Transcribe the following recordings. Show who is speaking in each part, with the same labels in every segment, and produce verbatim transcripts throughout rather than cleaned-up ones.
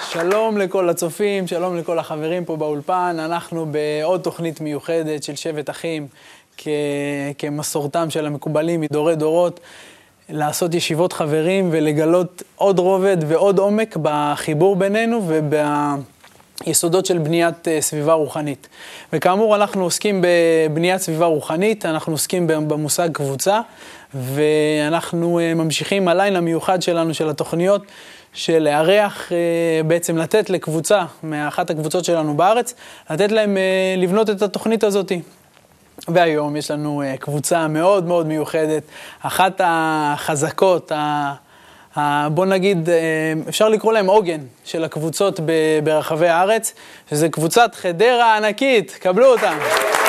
Speaker 1: שלום לכל הצופים, שלום לכל החברים פה באולפן. אנחנו בעוד תוכנית מיוחדת של שבט אחים, כ- כמסורתם של המקובלים מדורי דורות, לעשות ישיבות חברים ולגלות עוד רובד ועוד עומק בחיבור בינינו וביסודות של בניית סביבה רוחנית. וכאמור, אנחנו עוסקים בבניית סביבה רוחנית, אנחנו עוסקים במושג קבוצה, ואנחנו ממשיכים הליין המיוחד שלנו של התוכניות, של לארח, בעצם לתת לקבוצה, מאחת הקבוצות שלנו בארץ, לתת להם לבנות את התוכנית הזאת. והיום יש לנו קבוצה מאוד מאוד מיוחדת, אחת החזקות, ה, ה, בוא נגיד, אפשר לקרוא להם עוגן של הקבוצות ברחבי הארץ, שזה קבוצת חדרה הענקית, קבלו אותם.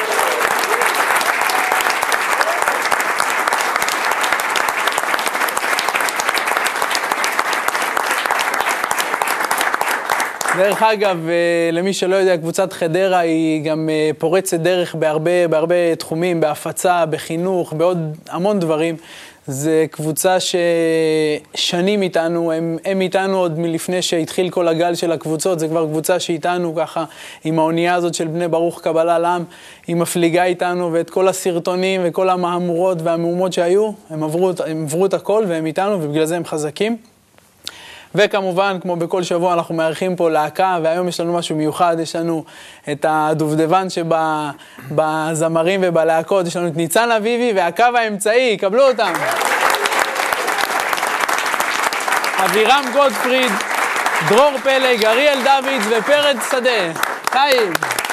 Speaker 1: דרך אגב, למי שלא יודע, קבוצת חדרה היא גם פורצת דרך בהרבה, בהרבה תחומים, בהפצה, בחינוך, בעוד המון דברים. זה קבוצה ששנים איתנו, הם, הם איתנו עוד מלפני שהתחיל כל הגל של הקבוצות, זה כבר קבוצה שאיתנו ככה, עם האונייה הזאת של בני ברוך קבלה לעם, היא מפליגה איתנו, ואת כל הסרטונים וכל המהמורות והמהומות שהיו, הם עברו, הם עברו את הכל והם איתנו, ובגלל זה הם חזקים. וכמובן, כמו בכל שבוע, אנחנו מארחים פה להקה, והיום יש לנו משהו מיוחד, יש לנו את הדובדבן שבזמרים ובלהקות, יש לנו את ניצן אביבי והקו האמצעי, קבלו אותם. אבירם גודפריד, דרור פלג, אריאל דוד ופרד שדה. חיים.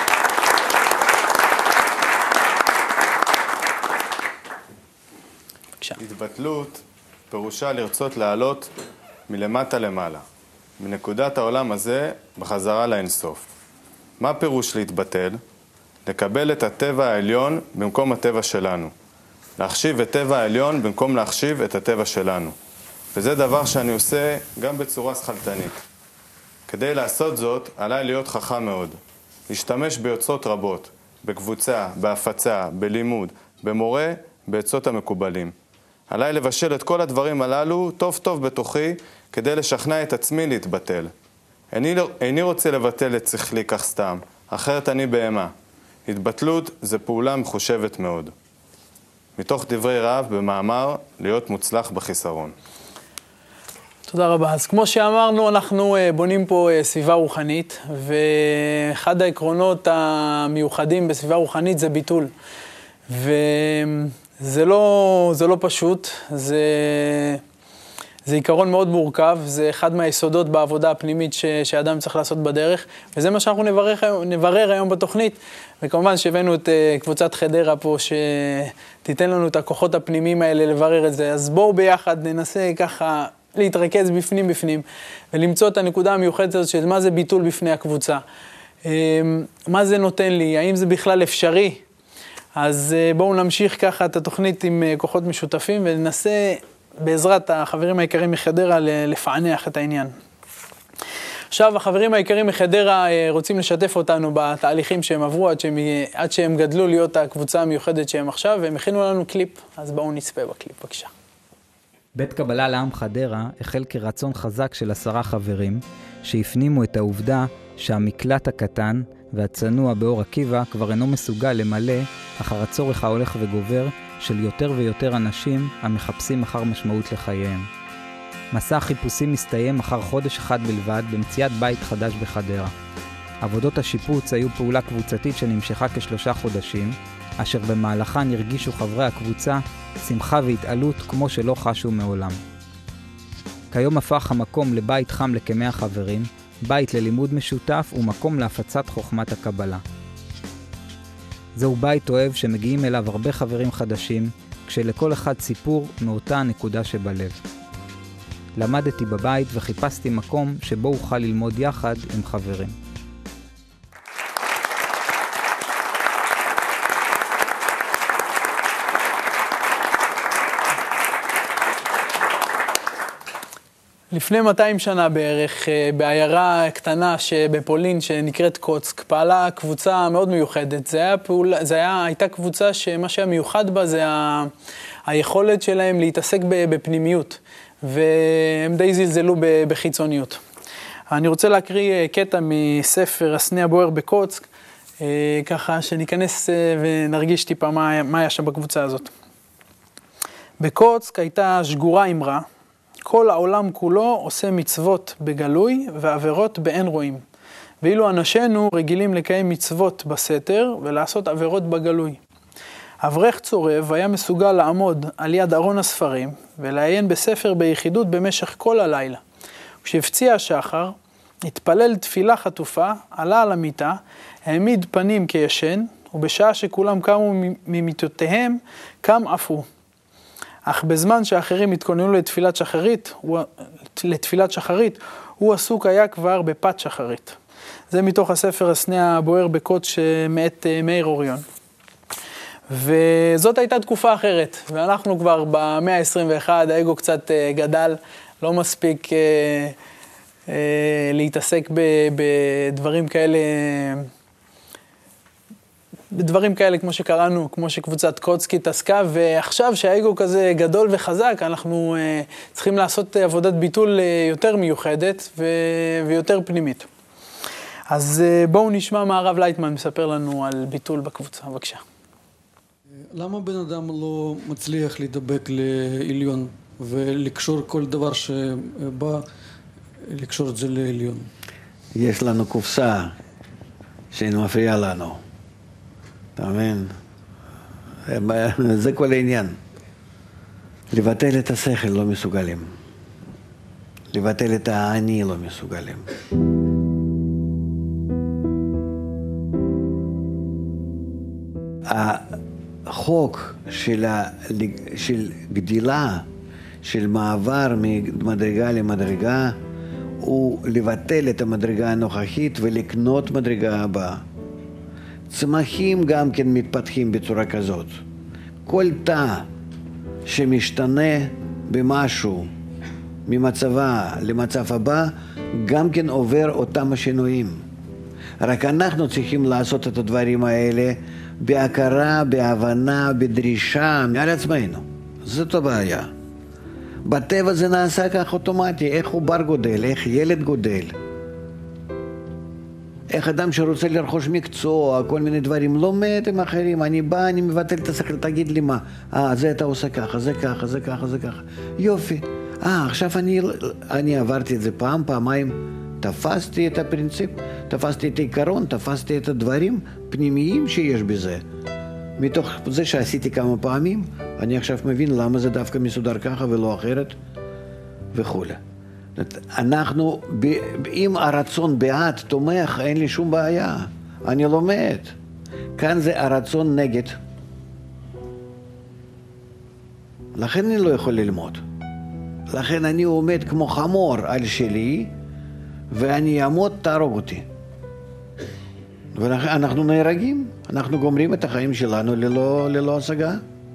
Speaker 2: התבטלות פירושה לרצות לעלות מלמטה למעלה, מנקודת העולם הזה בחזרה לאינסוף. מה פירוש להתבטל? לקבל את הטבע העליון במקום הטבע שלנו. להחשיב את טבע העליון במקום להחשיב את הטבע שלנו. וזה דבר שאני עושה גם בצורה שכלתנית. כדי לעשות זאת, עליי להיות חכם מאוד. להשתמש ביוצרות רבות, בקבוצה, בהפצה, בלימוד, במורה, בעצות המקובלים. עליי לבשל את כל הדברים הללו טוב טוב בתוכי כדי לשכנע את עצמי להתבטל. איני, איני רוצה לבטל את שכלי כך סתם, אחרת אני בהמה. התבטלות זה פעולה מחושבת מאוד. מתוך דברי רב במאמר להיות מוצלח בחיסרון.
Speaker 1: תודה רבה. אז כמו שאמרנו, אנחנו בונים פה סביבה רוחנית, ואחד העקרונות המיוחדים בסביבה רוחנית זה ביטול. ו... זה לא, זה לא פשוט, זה, זה עיקרון מאוד מורכב, זה אחד מהיסודות בעבודה הפנימית ש, שאדם צריך לעשות בדרך, וזה מה שאנחנו נברר, נברר היום בתוכנית, וכמובן שהבאנו את קבוצת חדרה פה, שתיתן לנו את הכוחות הפנימיים האלה לברר את זה, אז בואו ביחד ננסה ככה להתרכז בפנים בפנים, ולמצוא את הנקודה המיוחדת הזאת של מה זה ביטול בפני הקבוצה, מה זה נותן לי, האם זה בכלל אפשרי, אז בואו נמשיך ככה את התוכנית עם כוחות משותפים, וננסה בעזרת החברים היקרים מחדרה לפענח את העניין. עכשיו, החברים היקרים מחדרה רוצים לשתף אותנו בתהליכים שהם עברו עד שהם, עד שהם גדלו להיות הקבוצה המיוחדת שהם עכשיו, והם הכינו לנו קליפ, אז בואו נצפה בקליפ, בבקשה.
Speaker 3: בית קבלה לעם חדרה החל כרצון חזק של עשרה חברים, שהפנימו את העובדה שהמקלט הקטן והצנוע באור עקיבא כבר אינו מסוגל למלא אחר הצורך ההולך וגובר של יותר ויותר אנשים המחפשים אחר משמעות לחייהם. מסע החיפושים מסתיים אחר חודש אחד בלבד במציאת בית חדש בחדרה. עבודות השיפוץ היו פעולה קבוצתית שנמשכה כשלושה חודשים, אשר במהלכן הרגישו חברי הקבוצה שמחה והתעלות כמו שלא חשו מעולם. כיום הפך המקום לבית חם לכמאה חברים, בית ללימוד משותף ומקום להפצת חוכמת הקבלה. זהו בית אוהב שמגיעים אליו הרבה חברים חדשים, כשלכל אחד סיפור מאותה הנקודה שבלב. למדתי בבית וחיפשתי מקום שבו אוכל ללמוד יחד עם חברים.
Speaker 1: לפני מאתיים שנה בערך, בעיירה קטנה שבפולין שנקראת קוצק, פעלה קבוצה מאוד מיוחדת. זה היה פעולה, זה היה, הייתה קבוצה שמה שהיה מיוחד בה זה ה, היכולת שלהם להתעסק בפנימיות, והם די זלזלו בחיצוניות. אני רוצה להקריא קטע מספר הסנה הבוער בקוצק, ככה שניכנס ונרגיש טיפה מה, מה היה שם בקבוצה הזאת. בקוצק הייתה שגורה אמרה, כל העולם כולו עושה מצוות בגלוי ועבירות באין רואים. ואילו אנשינו רגילים לקיים מצוות בסתר ולעשות עבירות בגלוי. אברך צורב היה מסוגל לעמוד על יד ארון הספרים ולעיין בספר ביחידות במשך כל הלילה. כשהפציע השחר, התפלל תפילה חטופה, עלה על המיטה, העמיד פנים כישן, ובשעה שכולם קמו ממיטותיהם, קם אף הוא. אך בזמן שאחרים התכוננו לתפילת שחרית, הוא, לתפילת שחרית, הוא עסוק היה כבר בפת שחרית. זה מתוך הספר הסנה הבוער בקוצק שמאת מאיר אוריון. וזאת הייתה תקופה אחרת, ואנחנו כבר במאה ה-עשרים ואחת, האגו קצת גדל, לא מספיק אה, אה, להתעסק ב, בדברים כאלה, בדברים כאלה כמו שקראנו, כמו שקבוצת קוצקית עסקה, ועכשיו שהאגו כזה גדול וחזק, אנחנו אה, צריכים לעשות עבודת ביטול יותר מיוחדת ו, ויותר פנימית. אז אה, בואו נשמע מה הרב לייטמן מספר לנו על ביטול בקבוצה, בבקשה.
Speaker 4: למה בן אדם לא מצליח לדבק לעליון ולקשור כל דבר שבא, לקשור את זה לעליון?
Speaker 5: יש לנו קופסה שמפריעה לנו. אתה מבין? זה כל העניין. לבטל את השכל לא מסוגלים. לבטל את האני לא מסוגלים. החוק של, ה... של גדילה, של מעבר ממדרגה למדרגה, הוא לבטל את המדרגה הנוכחית ולקנות מדרגה הבאה. צמחים גם כן מתפתחים בצורה כזאת. כל תא שמשתנה במשהו ממצבה למצב הבא, גם כן עובר אותם השינויים. רק אנחנו צריכים לעשות את הדברים האלה בהכרה, בהבנה, בדרישה מעל עצמנו. זאת הבעיה. בטבע זה נעשה כך אוטומטי, איך עובר גודל, איך ילד גודל. איך אדם שרוצה לרכוש מקצוע, כל מיני דברים, לומד עם אחרים, אני בא, אני מבטל את השכל, תגיד לי מה, אה, זה אתה עושה ככה, זה ככה, זה ככה, זה ככה. יופי. אה, עכשיו אני, אני עברתי את זה פעם, פעמיים, תפסתי את הפרינציפ, תפסתי את העיקרון, תפסתי את הדברים פנימיים שיש בזה. מתוך זה שעשיתי כמה פעמים, אני עכשיו מבין למה זה דווקא מסודר ככה ולא אחרת, וכו'. אנחנו, אם הרצון בעד תומך, אין לי שום בעיה. אני לומד. כאן זה הרצון נגד. לכן אני לא יכול ללמוד. לכן אני עומד כמו חמור על שלי, ואני אעמוד, תהרוג אותי. ואנחנו נהרגים. אנחנו גומרים את החיים שלנו ללא, ללא השגה.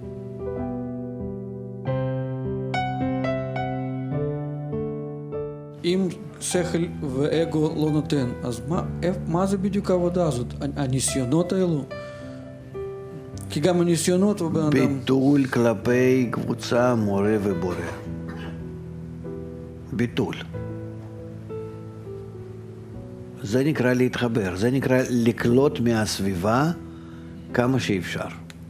Speaker 4: אם שכל ואגו לא נותן, אז מה, מה זה בדיוק העבודה הזאת? הניסיונות האלו? כי גם הניסיונות הוא בן אדם...
Speaker 5: ביטול כלפי קבוצה, מורה ובורא. ביטול. זה נקרא להתחבר, זה נקרא לקלוט מהסביבה כמה שאפשר.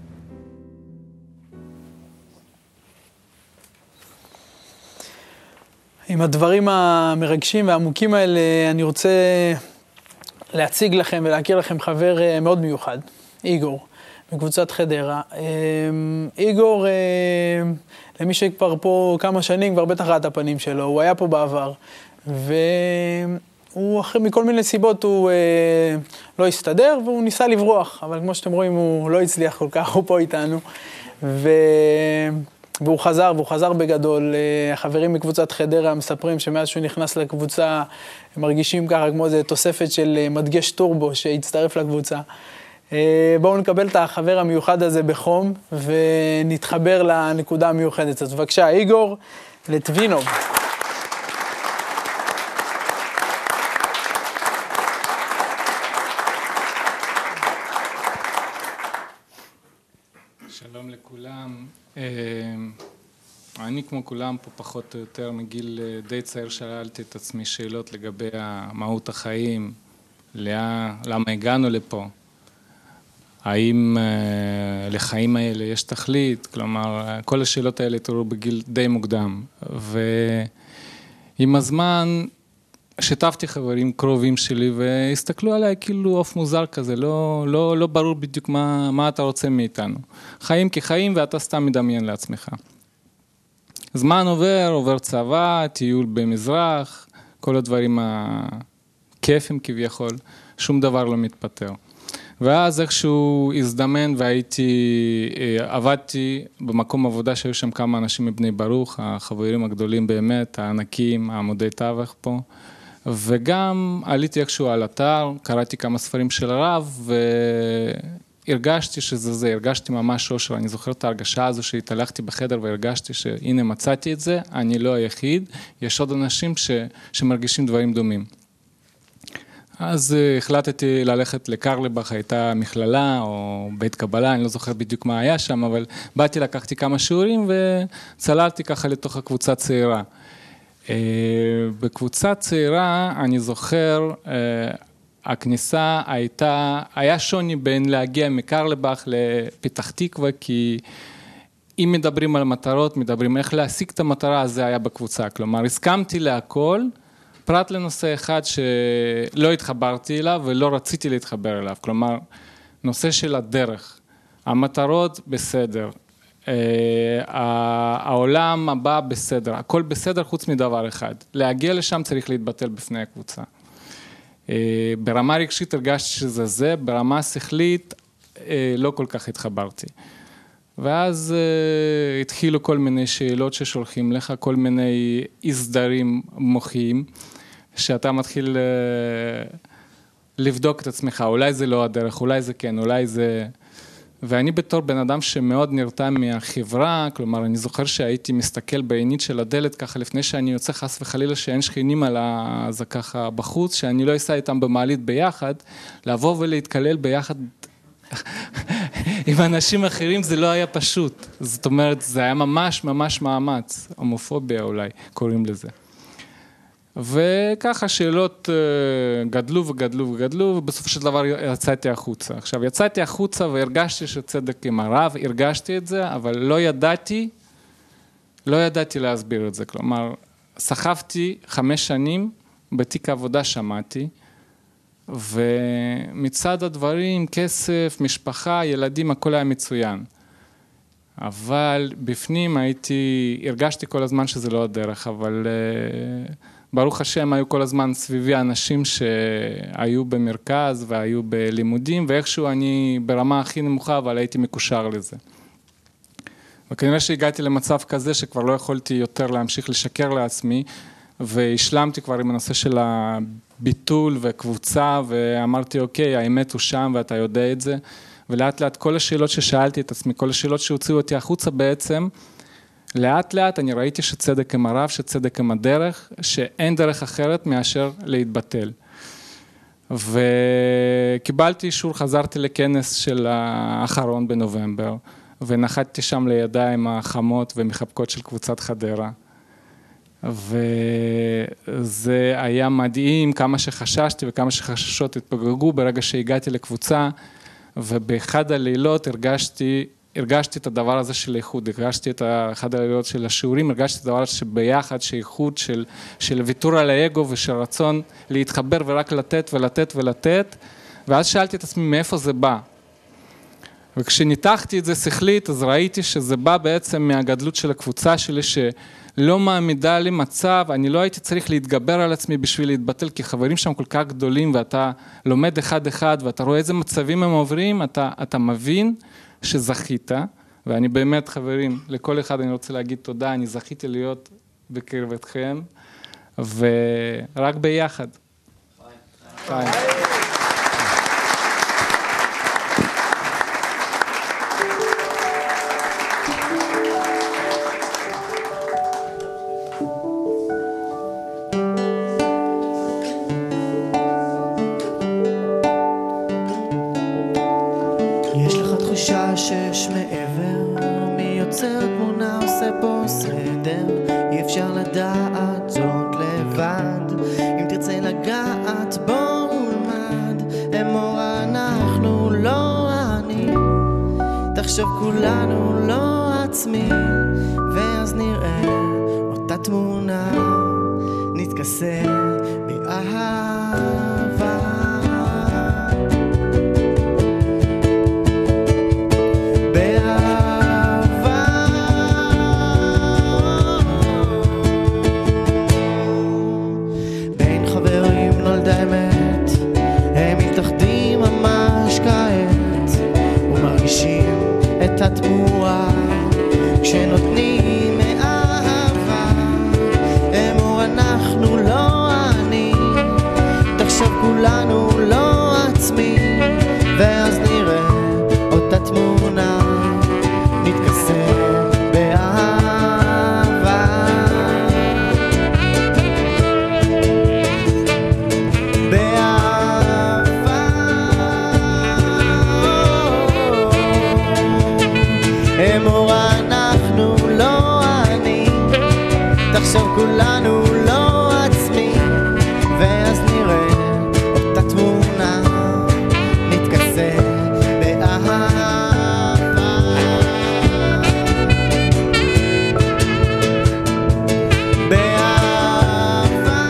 Speaker 1: עם הדברים המרגשים והעמוקים האלה, אני רוצה להציג לכם ולהכיר לכם חבר מאוד מיוחד, איגור, מקבוצת חדרה. איגור, למי שכבר פה כמה שנים, כבר בטח ראה את הפנים שלו, הוא היה פה בעבר, והוא אחרי מכל מיני סיבות הוא לא הסתדר, והוא ניסה לברוח, אבל כמו שאתם רואים הוא לא הצליח כל כך, הוא פה איתנו, ו... והוא חזר, והוא חזר בגדול. החברים מקבוצת חדרה מספרים שמאז שהוא נכנס לקבוצה, הם מרגישים ככה כמו איזו תוספת של מדגש טורבו שהצטרף לקבוצה. בואו נקבל את החבר המיוחד הזה בחום, ונתחבר לנקודה המיוחדת. אז בבקשה, איגור לטבינוב.
Speaker 6: שלום לכולם. אני כמו כולם פה פחות או יותר מגיל די צעיר שאלתי את עצמי שאלות לגבי מהות החיים, למה הגענו לפה, האם לחיים האלה יש תכלית, כלומר כל השאלות האלה התעוררו בגיל די מוקדם, ועם הזמן שיתפתי חברים קרובים שלי והסתכלו עליי כאילו אוף מוזר כזה, לא, לא, לא ברור בדיוק מה, מה אתה רוצה מאיתנו. חיים כחיים ואתה סתם מדמיין לעצמך. זמן עובר, עובר צבא, טיול במזרח, כל הדברים הכיפים כביכול, שום דבר לא מתפטר. ואז איכשהו הזדמן והייתי, עבדתי במקום עבודה שהיו שם כמה אנשים מבני ברוך, החברים הגדולים באמת, הענקים, העמודי תווך פה, וגם עליתי איכשהו על אתר, קראתי כמה ספרים של הרב, והרגשתי שזה זה, הרגשתי ממש אושר, אני זוכר את ההרגשה הזו שהתהלכתי בחדר והרגשתי שהנה מצאתי את זה, אני לא היחיד, יש עוד אנשים ש, שמרגישים דברים דומים. אז החלטתי ללכת לקרליבך, הייתה מכללה או בית קבלה, אני לא זוכר בדיוק מה היה שם, אבל באתי, לקחתי כמה שיעורים וצללתי ככה לתוך הקבוצה צעירה. בקבוצה צעירה אני זוכר, הכניסה הייתה, היה שוני בין להגיע מקרליבך לפתח תקווה, כי אם מדברים על מטרות, מדברים איך להשיג את המטרה, אז זה היה בקבוצה. כלומר, הסכמתי להכל, פרט לנושא אחד שלא התחברתי אליו ולא רציתי להתחבר אליו. כלומר, נושא של הדרך. המטרות בסדר. העולם הבא בסדר. הכל בסדר חוץ מדבר אחד. להגיע לשם צריך להתבטל בפני הקבוצה. ברמה רגשית הרגשתי שזה זה, ברמה שכלית לא כל כך התחברתי. ואז uh, התחילו כל מיני שאלות ששולחים לך, כל מיני הסדרים מוחיים, שאתה מתחיל uh, לבדוק את עצמך, אולי זה לא הדרך, אולי זה כן, אולי זה... ואני בתור בן אדם שמאוד נרתע מהחברה, כלומר אני זוכר שהייתי מסתכל בעינית של הדלת ככה לפני שאני יוצא חס וחלילה שאין שכנים על זה ככה בחוץ, שאני לא אסע איתם במעלית ביחד, לבוא ולהתקלל ביחד עם אנשים אחרים זה לא היה פשוט, זאת אומרת זה היה ממש ממש מאמץ, הומופוביה אולי קוראים לזה. וככה שאלות גדלו וגדלו וגדלו, ובסופו של דבר יצאתי החוצה. עכשיו יצאתי החוצה והרגשתי שצדק עם הרב, הרגשתי את זה, אבל לא ידעתי, לא ידעתי להסביר את זה. כלומר, סחבתי חמש שנים, בתיק העבודה שמעתי, ומצד הדברים, כסף, משפחה, ילדים, הכל היה מצוין. אבל בפנים הייתי, הרגשתי כל הזמן שזה לא הדרך, אבל ברוך השם היו כל הזמן סביבי אנשים שהיו במרכז והיו בלימודים, ואיכשהו אני ברמה הכי נמוכה, אבל הייתי מקושר לזה. וכנראה שהגעתי למצב כזה שכבר לא יכולתי יותר להמשיך לשקר לעצמי, והשלמתי כבר עם הנושא של הביטול וקבוצה, ואמרתי, אוקיי, האמת הוא שם ואתה יודע את זה, ולאט לאט כל השאלות ששאלתי את עצמי, כל השאלות שהוציאו אותי החוצה בעצם, לאט לאט אני ראיתי שצדק עם הרב, שצדק עם הדרך, שאין דרך אחרת מאשר להתבטל. וקיבלתי אישור, חזרתי לכנס של האחרון בנובמבר, ונחתתי שם לידיים החמות ומחבקות של קבוצת חדרה. וזה היה מדהים, כמה שחששתי וכמה שחששות התפוגגו ברגע שהגעתי לקבוצה, ובאחד הלילות הרגשתי, הרגשתי את הדבר הזה של איחוד, הרגשתי את אחד הלילות של השיעורים, הרגשתי את הדבר שביחד, שאיחוד של, של ויתור על האגו ושל רצון להתחבר ורק לתת ולתת ולתת, ואז שאלתי את עצמי מאיפה זה בא. וכשניתחתי את זה שכלית, אז ראיתי שזה בא בעצם מהגדלות של הקבוצה שלי, שלא מעמידה לי מצב, אני לא הייתי צריך להתגבר על עצמי בשביל להתבטל, כי חברים שם כל כך גדולים, ואתה לומד אחד אחד, ואתה רואה איזה מצבים הם עוברים, אתה, אתה מבין שזכית, ואני באמת חברים, לכל אחד אני רוצה להגיד תודה, אני זכיתי להיות בקרבתכם, ורק ביחד. ביי.
Speaker 7: שיש מעבר, מי יוצר תמונה עושה פה סדר, אי אפשר לדעת זאת לבד. אם תרצה לגעת בו ולמד, אמור אנחנו לא אני, תחשוב כולנו לא עצמי, ואז נראה אותה תמונה, נתכסה באהבה. באהבה בין חברים נולדה אמת, הם מתאחדים ממש כעת ומרגישים את התמורה כשנותנים מאהבה. אמור אנחנו לא אני, תחשוב כולנו לא עצמי, ואז נראה אותה תמונה, נתכסה באהבה. באהבה אמור אנחנו לא אני, תחשוב כולנו לא עצמי, ואז נראה אותה תמונה, נתכסה באהבה. באהבה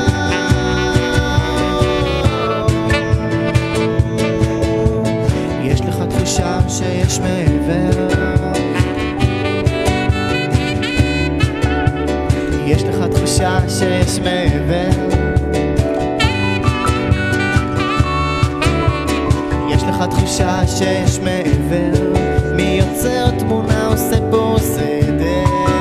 Speaker 7: יש לך תחושה שיש מעבר, יש לך תחושה שיש מעבר, יש לך תחושה שיש מעבר, מי יוצר תמונה עושה פה סדר.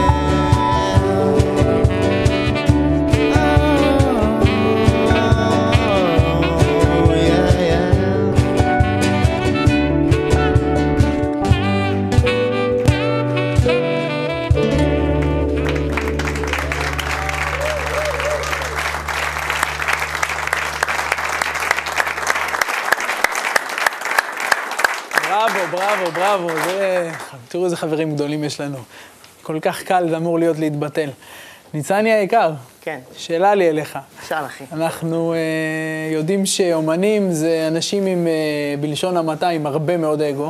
Speaker 1: בראבו, בראבו, בראבו. זה... תראו איזה חברים גדולים יש לנו. כל כך קל, זה אמור להיות להתבטל. ניצני היקר,
Speaker 7: כן.
Speaker 1: שאלה לי אליך.
Speaker 7: שאל אחי.
Speaker 1: אנחנו אה, יודעים שאומנים זה אנשים עם, אה, בלשון המעטה, עם הרבה מאוד אגו,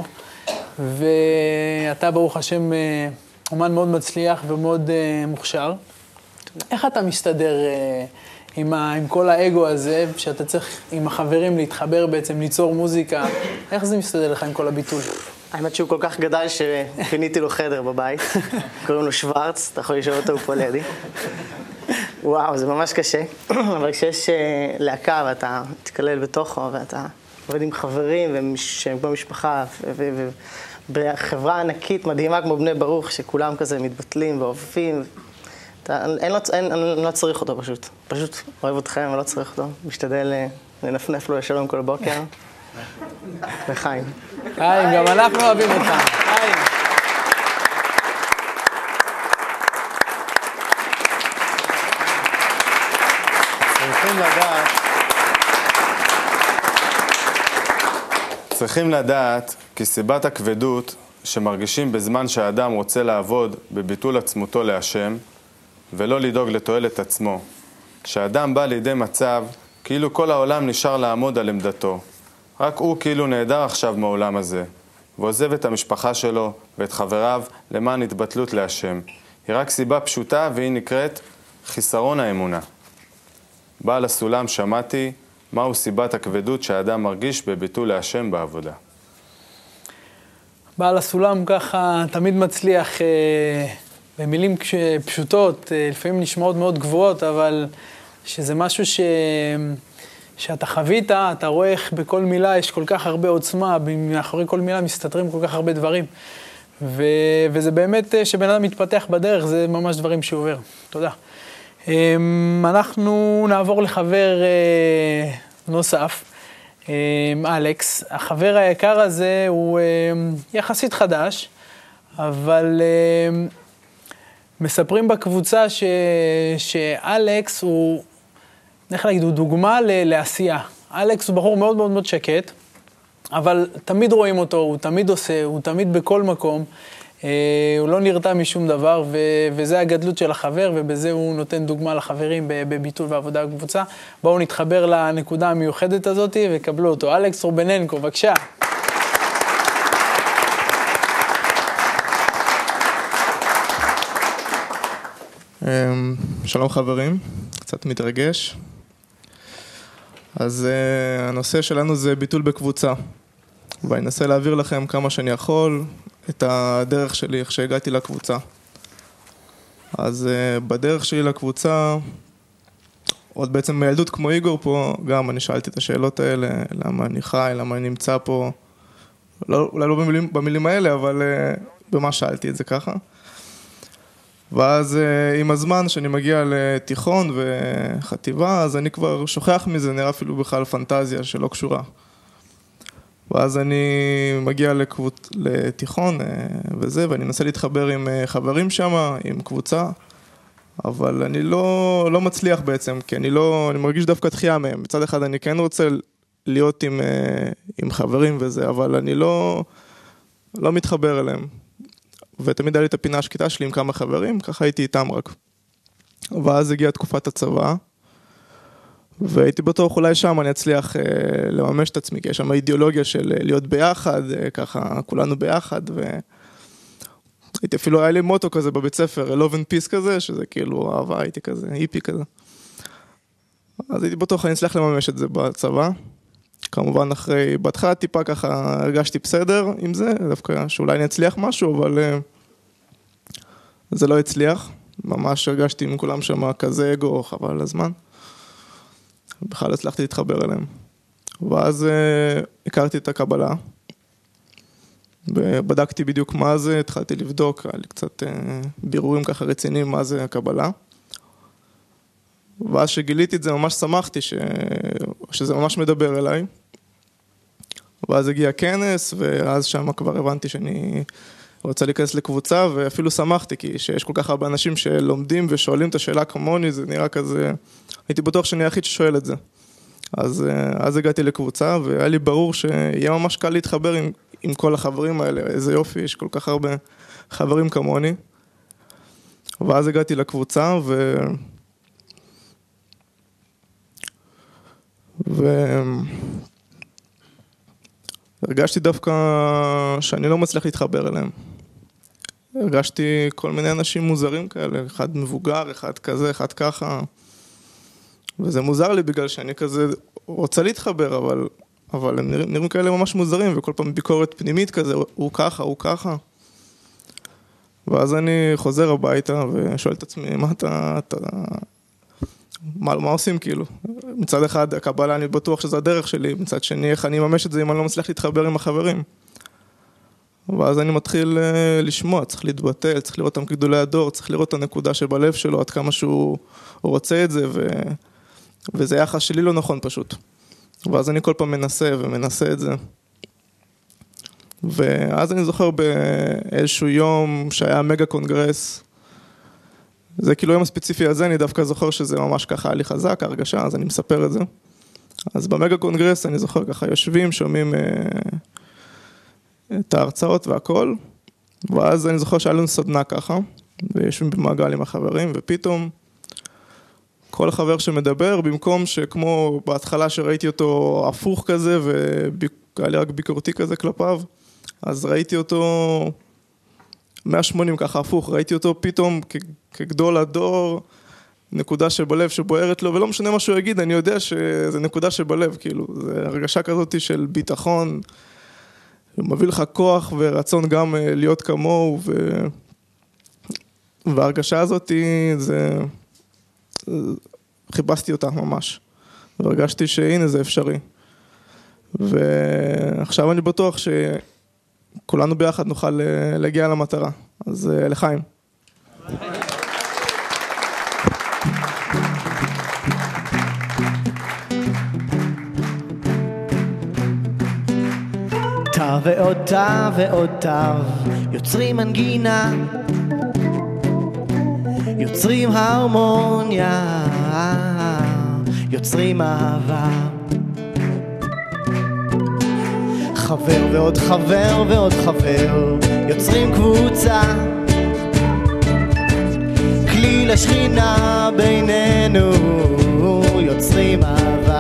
Speaker 1: ואתה ברוך השם אה, אומן מאוד מצליח ומאוד אה, מוכשר. איך אתה מסתדר אה, עם, ה, עם כל האגו הזה, שאתה צריך עם החברים להתחבר בעצם, ליצור מוזיקה? איך זה מסתדר לך עם כל הביטול?
Speaker 7: האמת שהוא כל כך גדל שפיניתי לו חדר בבית, קוראים לו שוורץ, אתה יכול לשאול אותו, הוא פה לידי. וואו, זה ממש קשה, אבל כשיש להקה ואתה תתקלל בתוכו, ואתה עובד עם חברים שהם כמו משפחה, ובחברה ענקית מדהימה כמו בני ברוך, שכולם כזה מתבטלים ואוהבים, אני לא צריך אותו פשוט, פשוט אוהב אתכם ולא צריך אותו, משתדל לנפנף לו לשלום כל בוקר. וחיים.
Speaker 1: חיים, גם אנחנו אוהבים אותך. חיים.
Speaker 2: צריכים לדעת, צריכים לדעת כי סיבת הכבדות שמרגישים בזמן שהאדם רוצה לעבוד בביטול עצמותו להשם ולא לדאוג לתועלת עצמו, שהאדם בא לידי מצב כאילו כל העולם נשאר לעמוד על עמדתו, רק הוא כאילו נהדר עכשיו מעולם הזה, ועוזב את המשפחה שלו ואת חבריו למען התבטלות להשם. היא רק סיבה פשוטה והיא נקראת חיסרון האמונה. בעל הסולם שמעתי מהו סיבת הכבדות שהאדם מרגיש בביטול להשם בעבודה. בעל הסולם ככה תמיד מצליח אה, במילים פשוטות, אה, לפעמים נשמעות מאוד גבוהות, אבל שזה משהו ש... שאתה חווית, אתה רואה איך בכל מילה יש כל כך הרבה עוצמה, מאחורי כל מילה מסתתרים כל כך הרבה דברים. ו... וזה באמת שבן אדם מתפתח בדרך, זה ממש דברים שהוא עובר. תודה. אנחנו נעבור לחבר נוסף, אלכס. החבר היקר הזה הוא יחסית חדש, אבל מספרים בקבוצה ש... שאלכס הוא... איך להגיד, הוא דוגמה לעשייה. אלכס הוא בחור מאוד מאוד מאוד שקט, אבל תמיד רואים אותו, הוא תמיד עושה, הוא תמיד בכל מקום.
Speaker 1: הוא לא נרתע משום דבר, וזה הגדלות של החבר, ובזה הוא נותן דוגמה לחברים בביטול ועבודה בקבוצה. בואו נתחבר לנקודה המיוחדת הזאת וקבלו אותו. אלכס רובננקו, בבקשה.
Speaker 8: שלום חברים, קצת מתרגש. אז uh, הנושא שלנו זה ביטול בקבוצה, ואני אנסה להעביר לכם כמה שאני יכול את הדרך שלי, איך שהגעתי לקבוצה. אז uh, בדרך שלי לקבוצה, עוד בעצם מילדות כמו איגור פה, גם אני שאלתי את השאלות האלה, למה אני חי, למה אני נמצא פה, לא, אולי לא במילים, במילים האלה, אבל uh, במה שאלתי את זה ככה. ואז עם הזמן שאני מגיע לתיכון וחטיבה, אז אני כבר שוכח מזה, נראה אפילו בכלל פנטזיה שלא קשורה. ואז אני מגיע לקבוצ... לתיכון וזה, ואני מנסה להתחבר עם חברים שם, עם קבוצה, אבל אני לא, לא מצליח בעצם, כי אני לא, אני מרגיש דווקא דחייה מהם. מצד אחד אני כן רוצה להיות עם, עם חברים וזה, אבל אני לא, לא מתחבר אליהם. ותמיד היה לי את הפינה השקיטה שלי עם כמה חברים, ככה הייתי איתם רק. ואז הגיעה תקופת הצבא, והייתי בטוח אולי שם אני אצליח אה, לממש את עצמי, כי יש שם אידיאולוגיה של להיות ביחד, אה, ככה כולנו ביחד, והייתי אפילו, היה לי מוטו כזה בבית ספר, love and peace כזה, שזה כאילו אהבה, הייתי כזה, היפי כזה. אז הייתי בטוח אני אצליח לממש את זה בצבא. כמובן אחרי, בהתחלה טיפה ככה הרגשתי בסדר עם זה, דווקא שאולי אני אצליח משהו, אבל uh, זה לא הצליח. ממש הרגשתי עם כולם שם כזה אגו, חבל על הזמן. בכלל הצלחתי להתחבר אליהם. ואז uh, הכרתי את הקבלה, ובדקתי בדיוק מה זה, התחלתי לבדוק, היה לי קצת uh, בירורים ככה רציניים מה זה הקבלה. ואז שגיליתי את זה ממש שמחתי ש... שזה ממש מדבר אליי. ואז הגיע כנס, ואז שם כבר הבנתי שאני רוצה להיכנס לקבוצה, ואפילו שמחתי, כי שיש כל כך הרבה אנשים שלומדים ושואלים את השאלה כמוני, זה נראה כזה... הייתי בטוח שאני היחיד ששואל את זה. אז, אז הגעתי לקבוצה, והיה לי ברור שיהיה ממש קל להתחבר עם, עם כל החברים האלה. איזה יופי, יש כל כך הרבה חברים כמוני. ואז הגעתי לקבוצה, ו... והרגשתי דווקא שאני לא מצליח להתחבר אליהם. הרגשתי כל מיני אנשים מוזרים כאלה, אחד מבוגר, אחד כזה, אחד ככה. וזה מוזר לי בגלל שאני כזה רוצה להתחבר, אבל, אבל הם נראים, נראים כאלה ממש מוזרים, וכל פעם ביקורת פנימית כזה, הוא ככה, הוא ככה. ואז אני חוזר הביתה ושואל את עצמי, מה אתה... אתה מה, מה עושים כאילו? מצד אחד, הקבלה, אני בטוח שזה הדרך שלי, מצד שני, איך אני אממש את זה אם אני לא מצליח להתחבר עם החברים. ואז אני מתחיל uh, לשמוע, צריך להתבטל, צריך לראות אותם כגדולי הדור, צריך לראות את הנקודה שבלב שלו, עד כמה שהוא רוצה את זה, ו... וזה יחס שלי לא נכון פשוט. ואז אני כל פעם מנסה ומנסה את זה. ואז אני זוכר באיזשהו יום שהיה מגה קונגרס, זה כאילו יום הספציפי הזה, אני דווקא זוכר שזה ממש ככה היה לי חזק, הרגשה, אז אני מספר את זה. אז במגה קונגרס אני זוכר ככה יושבים, שומעים אה, את ההרצאות והכל, ואז אני זוכר שהיה לנו סדנה ככה, ויושבים במעגל עם החברים, ופתאום כל חבר שמדבר, במקום שכמו בהתחלה שראיתי אותו הפוך כזה, והיה לי רק ביקורתי כזה כלפיו, אז ראיתי אותו מאה ושמונים ככה הפוך, ראיתי אותו פתאום כגדול הדור, נקודה שבלב שבוערת לו, ולא משנה מה שהוא יגיד, אני יודע שזה נקודה שבלב, כאילו, זה הרגשה כזאת של ביטחון, מביא לך כוח ורצון גם להיות כמוהו, ו... וההרגשה הזאת, זה... חיפשתי אותה ממש, והרגשתי שהנה זה אפשרי. ועכשיו אני בטוח שכולנו ביחד נוכל להגיע למטרה. אז לחיים.
Speaker 9: תו ועוד תו ועוד תו, יוצרים מנגינה, יוצרים הרמוניה, יוצרים אהבה. חבר ועוד חבר ועוד חבר יוצרים קבוצה, כלי לשכינה בינינו, יוצרים אהבה.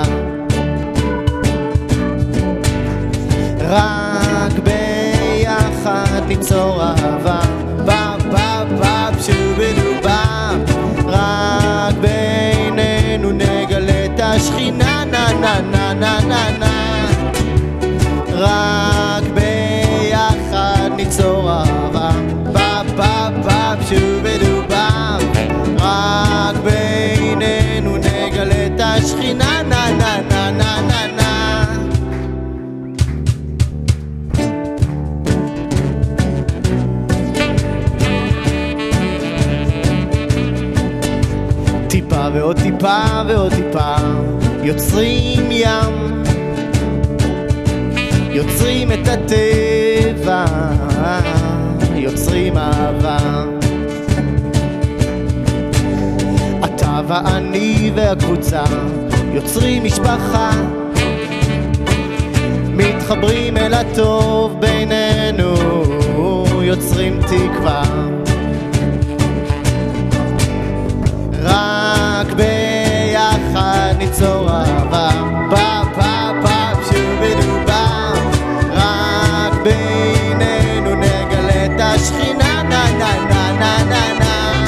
Speaker 9: רק ביחד ניצור אהבה, בפ פפ פפ שובדובה, רק בינינו נגלה את השכינה, נה נה נה נה נה נה, רק ביחד ניצור אהבה, פפ פפ פפ שובדובה, רק בינינו נגלה את השכינה, נה נה נה נה נה נה. טיפה ועוד טיפה ועוד טיפה יוצרים ים, יוצרים את הטבע, יוצרים אהבה. אתה ואני והקבוצה יוצרים משפחה, מתחברים אל הטוב בינינו, יוצרים תקווה. רק ביחד ניצור אהבה, פפ פפ פפ שובדובה, רק בינינו נגלה את השכינה, נה נה נה נה נה נה,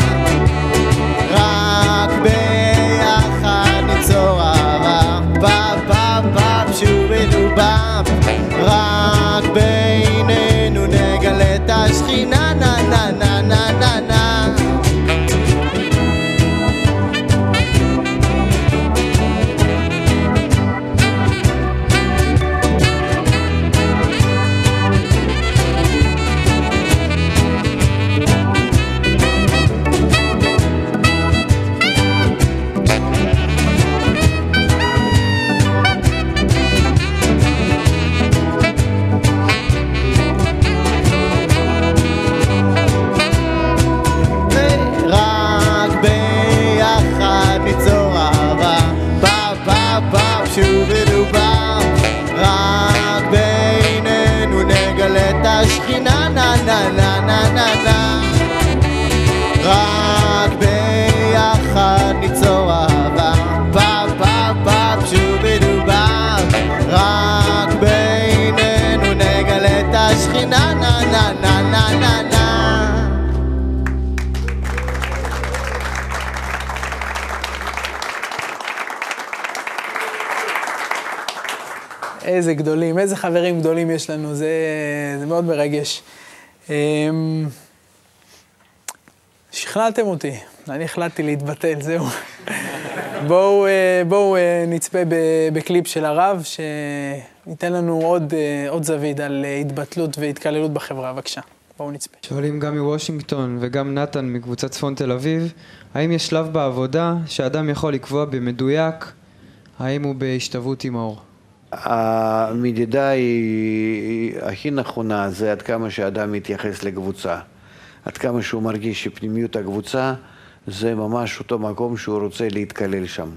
Speaker 9: רק ביחד ניצור אהבה, פפ פפ פפ שובדובה, רק בינינו נגלה את השכינה, נה נה נה נה נה נה. השכינה, נה נה נה נה נה נה, רק ביחד ניצור אהבה, פפ פפ פפ שובדובה, רק בינינו נגלה את השכינה, נה נה נה נה נה נה.
Speaker 1: איזה גדולים, איזה חברים גדולים יש לנו, זה, זה מאוד מרגש. שכנעתם אותי, אני החלטתי להתבטל, זהו. בואו, בואו נצפה בקליפ של הרב, שניתן לנו עוד, עוד זווית על התבטלות והתקללות בחברה. בבקשה, בואו נצפה.
Speaker 10: שואלים גם מוושינגטון וגם נתן מקבוצת צפון תל אביב, האם יש שלב בעבודה שאדם יכול לקבוע במדויק, האם הוא בהשתוות עם האור?
Speaker 5: המדידה היא הכי נכונה, זה עד כמה שאדם מתייחס לקבוצה. עד כמה שהוא מרגיש שפנימיות הקבוצה זה ממש אותו מקום שהוא רוצה להתקלל שם.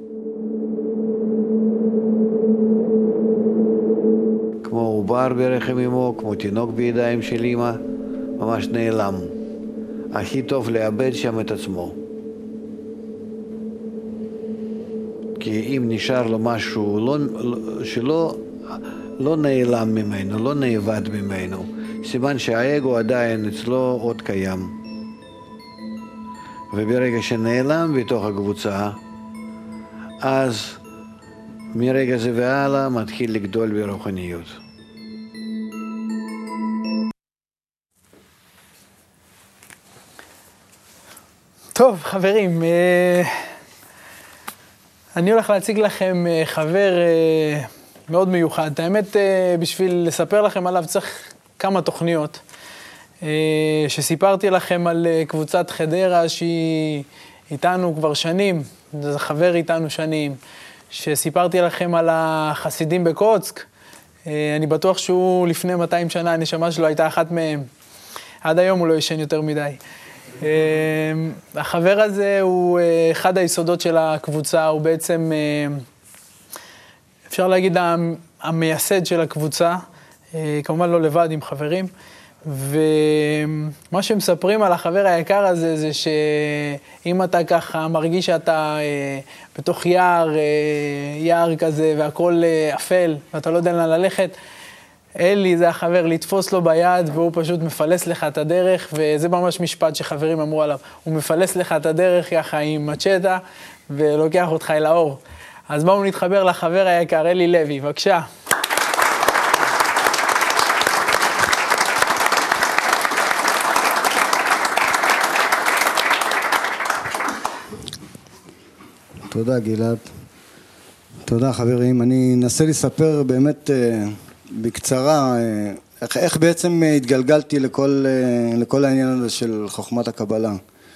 Speaker 5: כמו עובר ברחם אמו, כמו תינוק בידיים של אמא, ממש נעלם. הכי טוב לאבד שם את עצמו. כי אם נשאר לו משהו לא, שלא לא נעלם ממנו, לא נאבד ממנו, סימן שהאגו עדיין אצלו עוד קיים. וברגע שנעלם בתוך הקבוצה, אז מרגע זה והלאה מתחיל לגדול ברוחניות.
Speaker 1: טוב, חברים, אני הולך להציג לכם חבר מאוד מיוחד. האמת, בשביל לספר לכם עליו צריך כמה תוכניות. שסיפרתי לכם על קבוצת חדרה שהיא איתנו כבר שנים, זה חבר איתנו שנים. שסיפרתי לכם על החסידים בקוצק, אני בטוח שהוא לפני מאתיים שנה, הנשמה שלו הייתה אחת מהם. עד היום הוא לא ישן יותר מדי. החבר הזה הוא אחד היסודות של הקבוצה, הוא בעצם, אפשר להגיד, המייסד של הקבוצה. כמובן לא לבד, עם חברים. ומה שמספרים על החבר היקר הזה, זה שאם אתה ככה מרגיש שאתה בתוך יער, יער כזה, והכל אפל, ואתה לא יודע לאן ללכת, אלי זה החבר, לתפוס לו ביד, והוא פשוט מפלס לך את הדרך, וזה ממש משפט שחברים אמרו עליו, הוא מפלס לך את הדרך ככה עם מצ'טה, ולוקח אותך אל האור. אז בואו נתחבר לחבר היקר, אלי לוי, בבקשה.
Speaker 11: תודה גלעד, תודה חברים. אני אנסה לספר באמת בקצרה איך, איך בעצם התגלגלתי לכל, לכל העניין הזה של חוכמת הקבלה.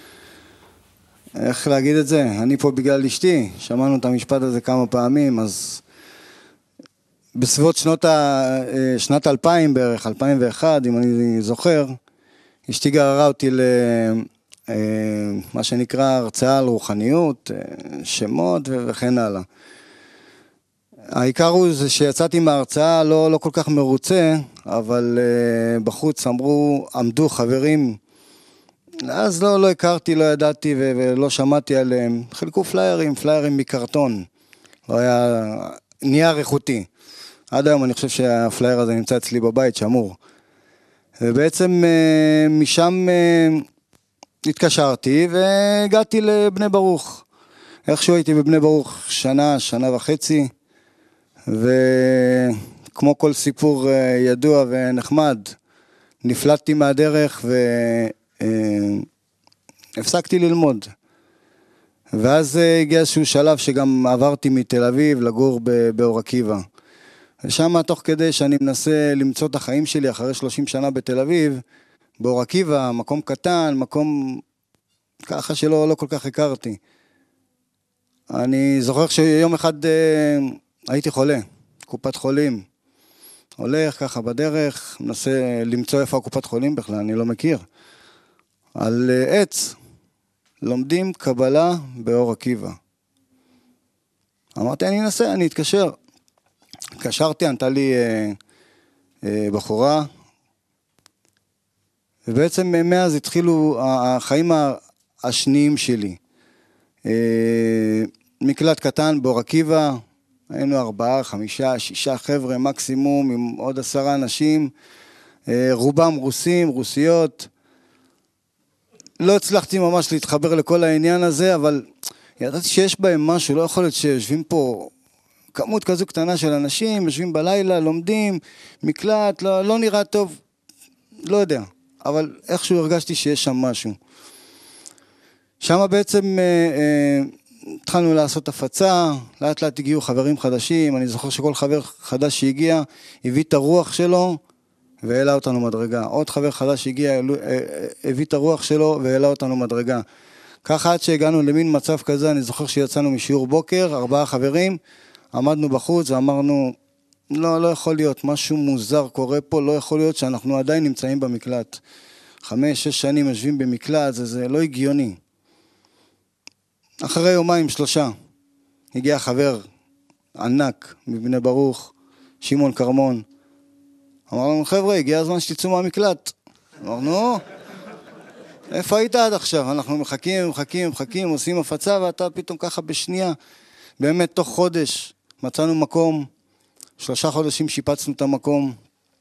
Speaker 11: איך להגיד את זה? אני פה בגלל אשתי, שמענו את המשפט הזה כמה פעמים, אז בסביבות שנות ה, שנת אלפיים בערך, אלפיים ואחת, אם אני זוכר, אשתי גררה אותי ל... מה שנקרא הרצאה על רוחניות, שמות וכן הלאה. העיקר הוא זה שיצאתי מההרצאה לא, לא כל כך מרוצה, אבל בחוץ אמרו, עמדו חברים, אז לא, לא הכרתי, לא ידעתי ולא שמעתי עליהם, חלקו פליירים, פליירים מקרטון, לא היה נייר איכותי. עד היום אני חושב שהפלייר הזה נמצא אצלי בבית, שמור. ובעצם משם התקשרתי והגעתי לבני ברוך. איכשהו הייתי בבני ברוך שנה, שנה וחצי, וכמו כל סיפור ידוע ונחמד, נפלטתי מהדרך והפסקתי ללמוד. ואז הגיע איזשהו שלב שגם עברתי מתל אביב לגור באור עקיבא. ושם תוך כדי שאני מנסה למצוא את החיים שלי אחרי שלושים שנה בתל אביב, באור עקיבא, מקום קטן, מקום ככה שלא לא כל כך הכרתי. אני זוכר שיום אחד אה, הייתי חולה, קופת חולים. הולך ככה בדרך, מנסה למצוא איפה הקופת חולים בכלל, אני לא מכיר. על אה, עץ, לומדים קבלה באור עקיבא. אמרתי, אני אנסה, אני אתקשר. התקשרתי, ענתה לי אה, אה, בחורה, ובעצם מאז התחילו החיים השניים שלי. מקלט קטן באור עקיבא, היינו ארבעה, חמישה, שישה חבר'ה מקסימום, עם עוד עשרה אנשים, רובם רוסים, רוסיות. לא הצלחתי ממש להתחבר לכל העניין הזה, אבל ידעתי שיש בהם משהו, לא יכול להיות שיושבים פה כמות כזו קטנה של אנשים, יושבים בלילה, לומדים, מקלט, לא, לא נראה טוב, לא יודע. אבל איכשהו הרגשתי שיש שם משהו. שם בעצם אה, אה, התחלנו לעשות הפצה, לאט לאט הגיעו חברים חדשים, אני זוכר שכל חבר חדש שהגיע, הביא את הרוח שלו, והעלה אותנו מדרגה. עוד חבר חדש שהגיע, אה, אה, הביא את הרוח שלו, והעלה אותנו מדרגה. ככה עד שהגענו למין מצב כזה, אני זוכר שיצאנו משיעור בוקר, ארבעה חברים, עמדנו בחוץ ואמרנו, לא, לא יכול להיות, משהו מוזר קורה פה, לא יכול להיות שאנחנו עדיין נמצאים במקלט. חמש, שש שנים יושבים במקלט, זה, זה לא הגיוני. אחרי יומיים, שלושה, הגיע חבר ענק מבני ברוך, שמעון קרמון. אמרנו, חבר'ה, הגיע הזמן שתצאו מהמקלט. אמרנו, איפה היית עד עכשיו? אנחנו מחכים, מחכים, מחכים, עושים הפצה, ואתה פתאום ככה בשנייה, באמת תוך חודש, מצאנו מקום, שלושה חודשים שיפצנו את המקום,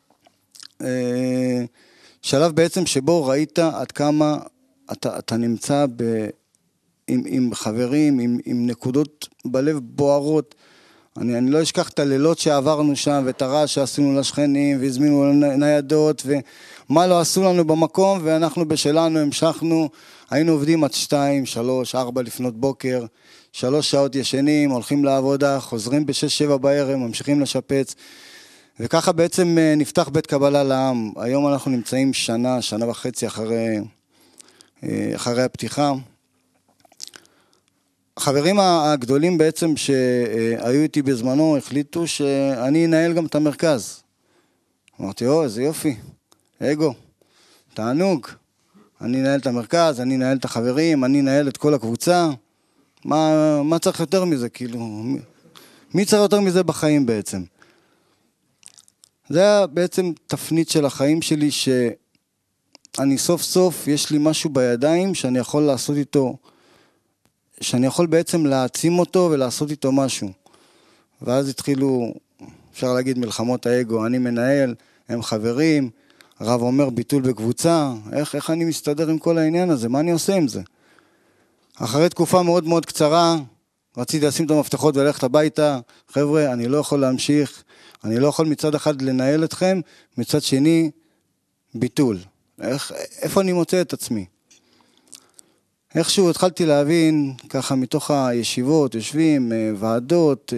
Speaker 11: שלב בעצם שבו ראית עד כמה אתה, אתה נמצא ב, עם, עם חברים, עם, עם נקודות בלב בוערות. אני, אני לא אשכח את הלילות שעברנו שם, ואת הרעש שעשינו לשכנים, והזמינו ניידות, ומה לא עשו לנו במקום, ואנחנו בשלנו המשכנו, היינו עובדים עד שתיים, שלוש, ארבע לפנות בוקר, שלוש שעות ישנים, הולכים לעבודה, חוזרים בשש, שבע בערב, ממשיכים לשפץ, וככה בעצם נפתח בית קבלה לעם. היום אנחנו נמצאים שנה, שנה וחצי אחרי, אחרי הפתיחה. החברים הגדולים בעצם שהיו איתי בזמנו החליטו שאני אנהל גם את המרכז. אמרתי, או, איזה יופי, אגו, תענוג. אני אנהל את המרכז, אני אנהל את החברים, אני אנהל את כל הקבוצה. מה, מה צריך יותר מזה, כאילו? מי, מי צריך יותר מזה בחיים בעצם? זה היה בעצם תפנית של החיים שלי, שאני סוף סוף, יש לי משהו בידיים שאני יכול לעשות איתו, שאני יכול בעצם להעצים אותו ולעשות איתו משהו. ואז התחילו, אפשר להגיד, מלחמות האגו, אני מנהל, הם חברים, הרב אומר ביטול בקבוצה, איך, איך אני מסתדר עם כל העניין הזה, מה אני עושה עם זה? אחרי תקופה מאוד מאוד קצרה, רציתי לשים את המפתחות וללכת הביתה, חבר'ה, אני לא יכול להמשיך, אני לא יכול מצד אחד לנהל אתכם, מצד שני, ביטול. איך, איפה אני מוצא את עצמי? איכשהו התחלתי להבין, ככה מתוך הישיבות, יושבים, ועדות,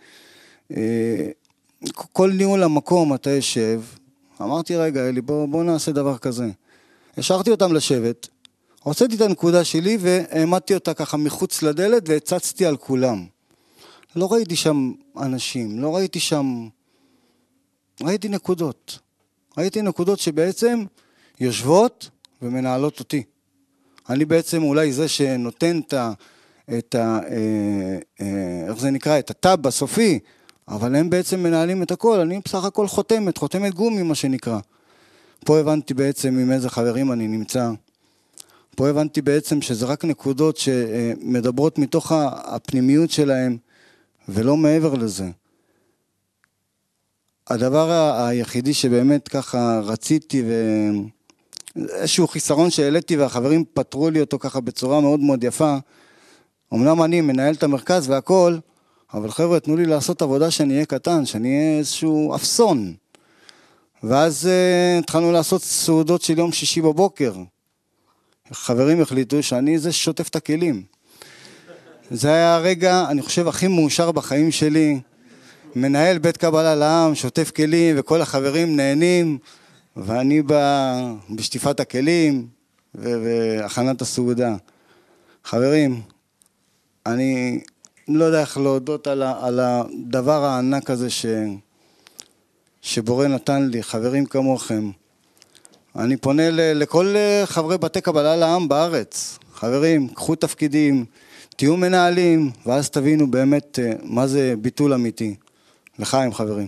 Speaker 11: כל ניהול המקום אתה יושב, אמרתי רגע אלי, בוא, בוא נעשה דבר כזה. השארתי אותם לשבת, הוצאתי את הנקודה שלי והעמדתי אותה ככה מחוץ לדלת והצצתי על כולם. לא ראיתי שם אנשים, לא ראיתי שם, ראיתי נקודות. ראיתי נקודות שבעצם יושבות ומנהלות אותי. אני בעצם אולי זה שנותן את ה... את ה איך זה נקרא? את הטאב בסופי, אבל הם בעצם מנהלים את הכל. אני בסך הכל חותמת, חותמת גומי מה שנקרא. פה הבנתי בעצם עם איזה חברים אני נמצא. פה הבנתי בעצם שזה רק נקודות שמדברות מתוך הפנימיות שלהם, ולא מעבר לזה. הדבר היחידי שבאמת ככה רציתי, ואיזשהו חיסרון שהעליתי והחברים פתרו לי אותו ככה בצורה מאוד מאוד יפה, אמנם אני מנהל את המרכז והכל, אבל חבר'ה, תנו לי לעשות עבודה שאני אהיה קטן, שאני אהיה איזשהו אפסון. ואז uh, התחלנו לעשות סעודות של יום שישי בבוקר. חברים החליטו שאני זה שוטף את הכלים. זה היה הרגע, אני חושב, הכי מאושר בחיים שלי. מנהל בית קבלה לעם, שוטף כלים, וכל החברים נהנים, ואני בא בשטיפת הכלים, והכנת הסעודה. חברים, אני לא יודע איך להודות על, ה, על הדבר הענק הזה ש, שבורא נתן לי, חברים כמוכם. אני פונה ל, לכל חברי בתי קבלה לעם בארץ. חברים, קחו תפקידים, תהיו מנהלים, ואז תבינו באמת מה זה ביטול אמיתי. לחיים, חברים.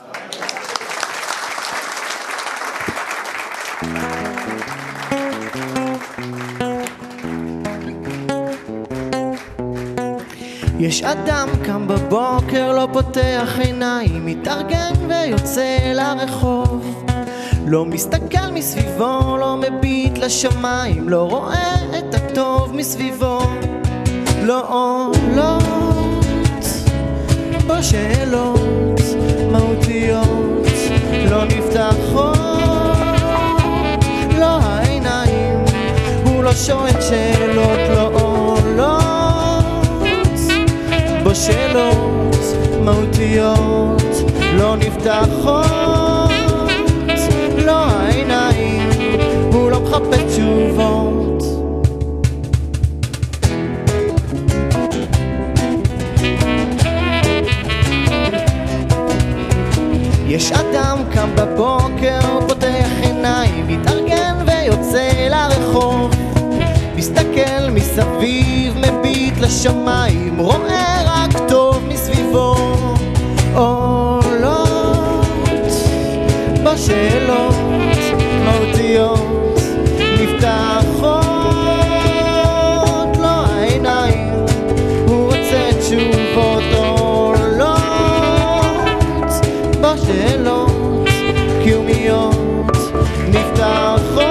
Speaker 9: יש אדם קם בבוקר, לא פותח עיניים, מתארגן ויוצא לרחוב, לא מסתכל מסביבו, לא מביט לשמיים, לא רואה את הטוב מסביבו, לא עולות בו שאלות מהותיות, לא נפתחות לא העיניים, הוא לא שואל שאלות, לא עולות בו שאלות מהותיות, לא נפתחות לא העיניים, הוא לא מחפש תשובות. יש אדם קם בבוקר, פותח עיניים, מתארגן ויוצא לרחוב, מסתכל מסביב, מביט לשמיים, רואה רק טוב מסביבו, עולות בשאלות מהותיות, נפתחות לו העיניים, הוא רוצה תשובות, עולות בשאלות קיומיות, נפתחות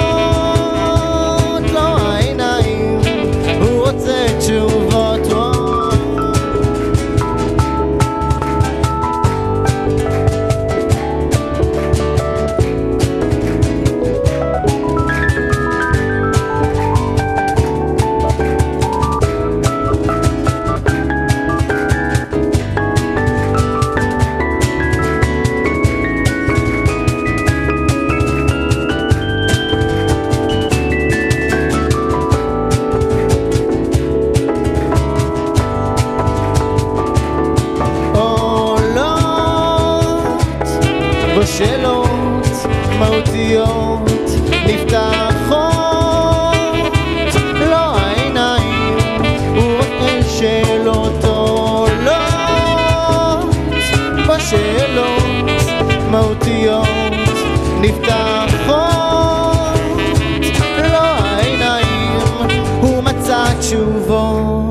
Speaker 9: לו העיניים, הוא רוצה תשובות. נפתחות לא העיניים, הוא מצא תשובות.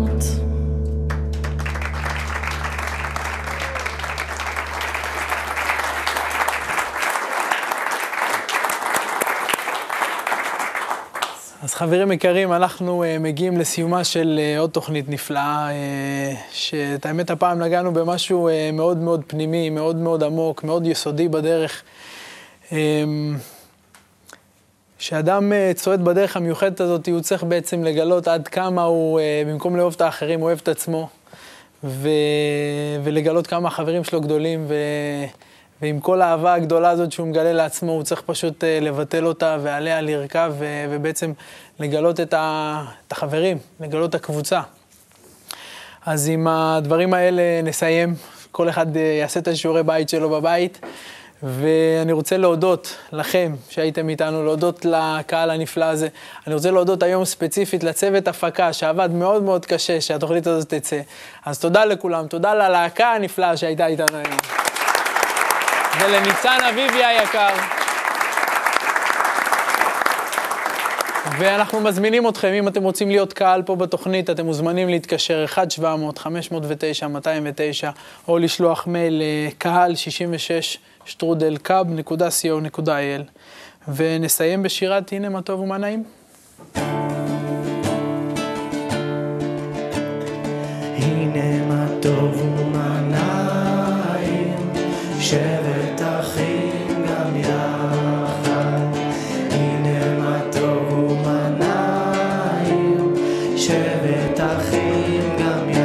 Speaker 1: אז חברים יקרים, אנחנו uh, מגיעים לסיומה של uh, עוד תוכנית נפלאה, uh, שאת האמת הפעם נגענו במשהו uh, מאוד מאוד פנימי, מאוד מאוד עמוק, מאוד יסודי בדרך. Um, שאדם uh, צועד בדרך המיוחדת הזאת, הוא צריך בעצם לגלות עד כמה הוא, uh, במקום לאהוב את האחרים, אוהב את עצמו, ו... ולגלות כמה החברים שלו גדולים, ו... ועם כל האהבה הגדולה הזאת שהוא מגלה לעצמו, הוא צריך פשוט לבטל אותה ועליה לרכב, ובעצם לגלות את החברים, לגלות את הקבוצה. אז עם הדברים האלה נסיים, כל אחד יעשה את השיעורי בית שלו בבית, ואני רוצה להודות לכם שהייתם איתנו, להודות לקהל הנפלא הזה. אני רוצה להודות היום ספציפית לצוות הפקה שעבד מאוד מאוד קשה שהתוכנית הזאת תצא. אז תודה לכולם, תודה ללהקה הנפלאה שהייתה איתנו היום. ולניצן אביבי היקר. ואנחנו מזמינים אתכם, אם אתם רוצים להיות קהל פה בתוכנית, אתם מוזמנים להתקשר אחת שבע מאות חמש מאות ותשע מאתיים ותשע, או לשלוח מייל לקהל שישים ושש שטרודל קאב נקודה סי או נקודה איי אל. ונסיים בשירת הנה מה טוב ומה נעים.
Speaker 9: הנה מה טוב ומה נעים, שבט אחים גם יחד. הנה מה טוב ומה נעים, שבט אחים גם יחד.